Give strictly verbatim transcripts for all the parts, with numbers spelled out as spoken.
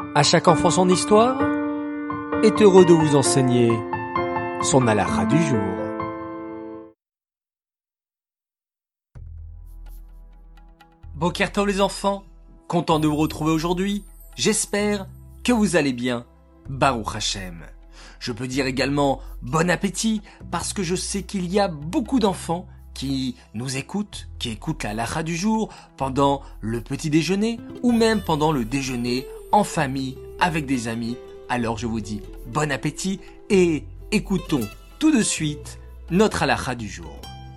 À chaque enfant son histoire est heureux de vous enseigner son halakha du jour. Boker Tov les enfants, content de vous retrouver aujourd'hui. J'espère que vous allez bien. Baruch Hashem. Je peux dire également bon appétit parce que je sais qu'il y a beaucoup d'enfants qui nous écoutent, qui écoutent la halakha du jour pendant le petit déjeuner ou même pendant le déjeuner en famille avec des amis. Alors je vous dis bon appétit et écoutons tout de suite notre halakha du jour.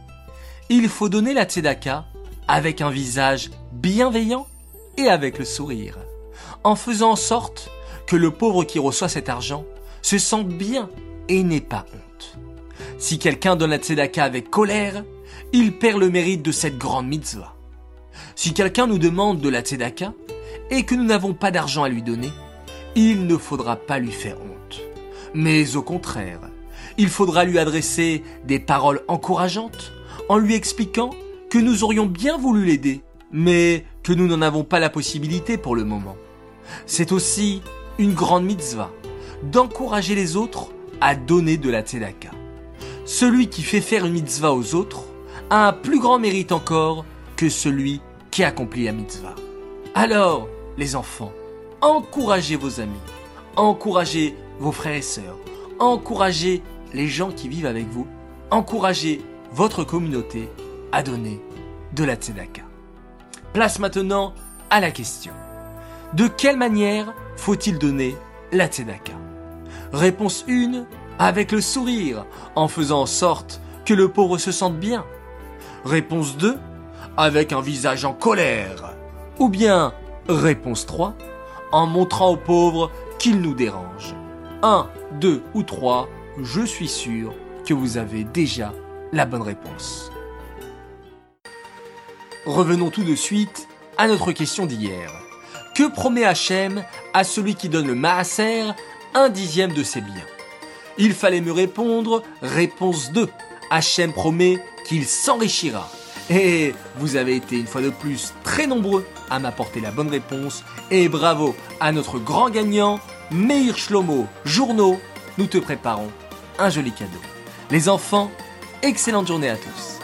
Il faut donner la tzedaka avec un visage bienveillant et avec le sourire, en faisant en sorte que le pauvre qui reçoit cet argent se sente bien et n'ait pas honte. Si quelqu'un donne la tzedaka avec colère, il perd le mérite de cette grande mitzvah. Si quelqu'un nous demande de la tzedaka et que nous n'avons pas d'argent à lui donner, il ne faudra pas lui faire honte. Mais au contraire, il faudra lui adresser des paroles encourageantes en lui expliquant que nous aurions bien voulu l'aider, mais que nous n'en avons pas la possibilité pour le moment. C'est aussi une grande mitzvah d'encourager les autres à donner de la tzedaka. Celui qui fait faire une mitzvah aux autres a un plus grand mérite encore que celui qui accomplit la mitzvah. Alors, les enfants, encouragez vos amis, encouragez vos frères et sœurs, encouragez les gens qui vivent avec vous, encouragez votre communauté à donner de la tzedaka. Place maintenant à la question. De quelle manière faut-il donner la tzedaka ? Réponse un, avec le sourire, en faisant en sorte que le pauvre se sente bien. Réponse deux, avec un visage en colère. Ou bien, réponse trois, en montrant au pauvre qu'il nous dérange. un, deux ou trois, je suis sûr que vous avez déjà la bonne réponse. Revenons tout de suite à notre question d'hier. Que promet Hachem à celui qui donne le maaser, un dixième de ses biens ? Il fallait me répondre, réponse deux. Hachem promet qu'il s'enrichira. Et vous avez été une fois de plus très nombreux à m'apporter la bonne réponse. Et bravo à notre grand gagnant, Meir Shlomo Journeau. Nous te préparons un joli cadeau. Les enfants, excellente journée à tous.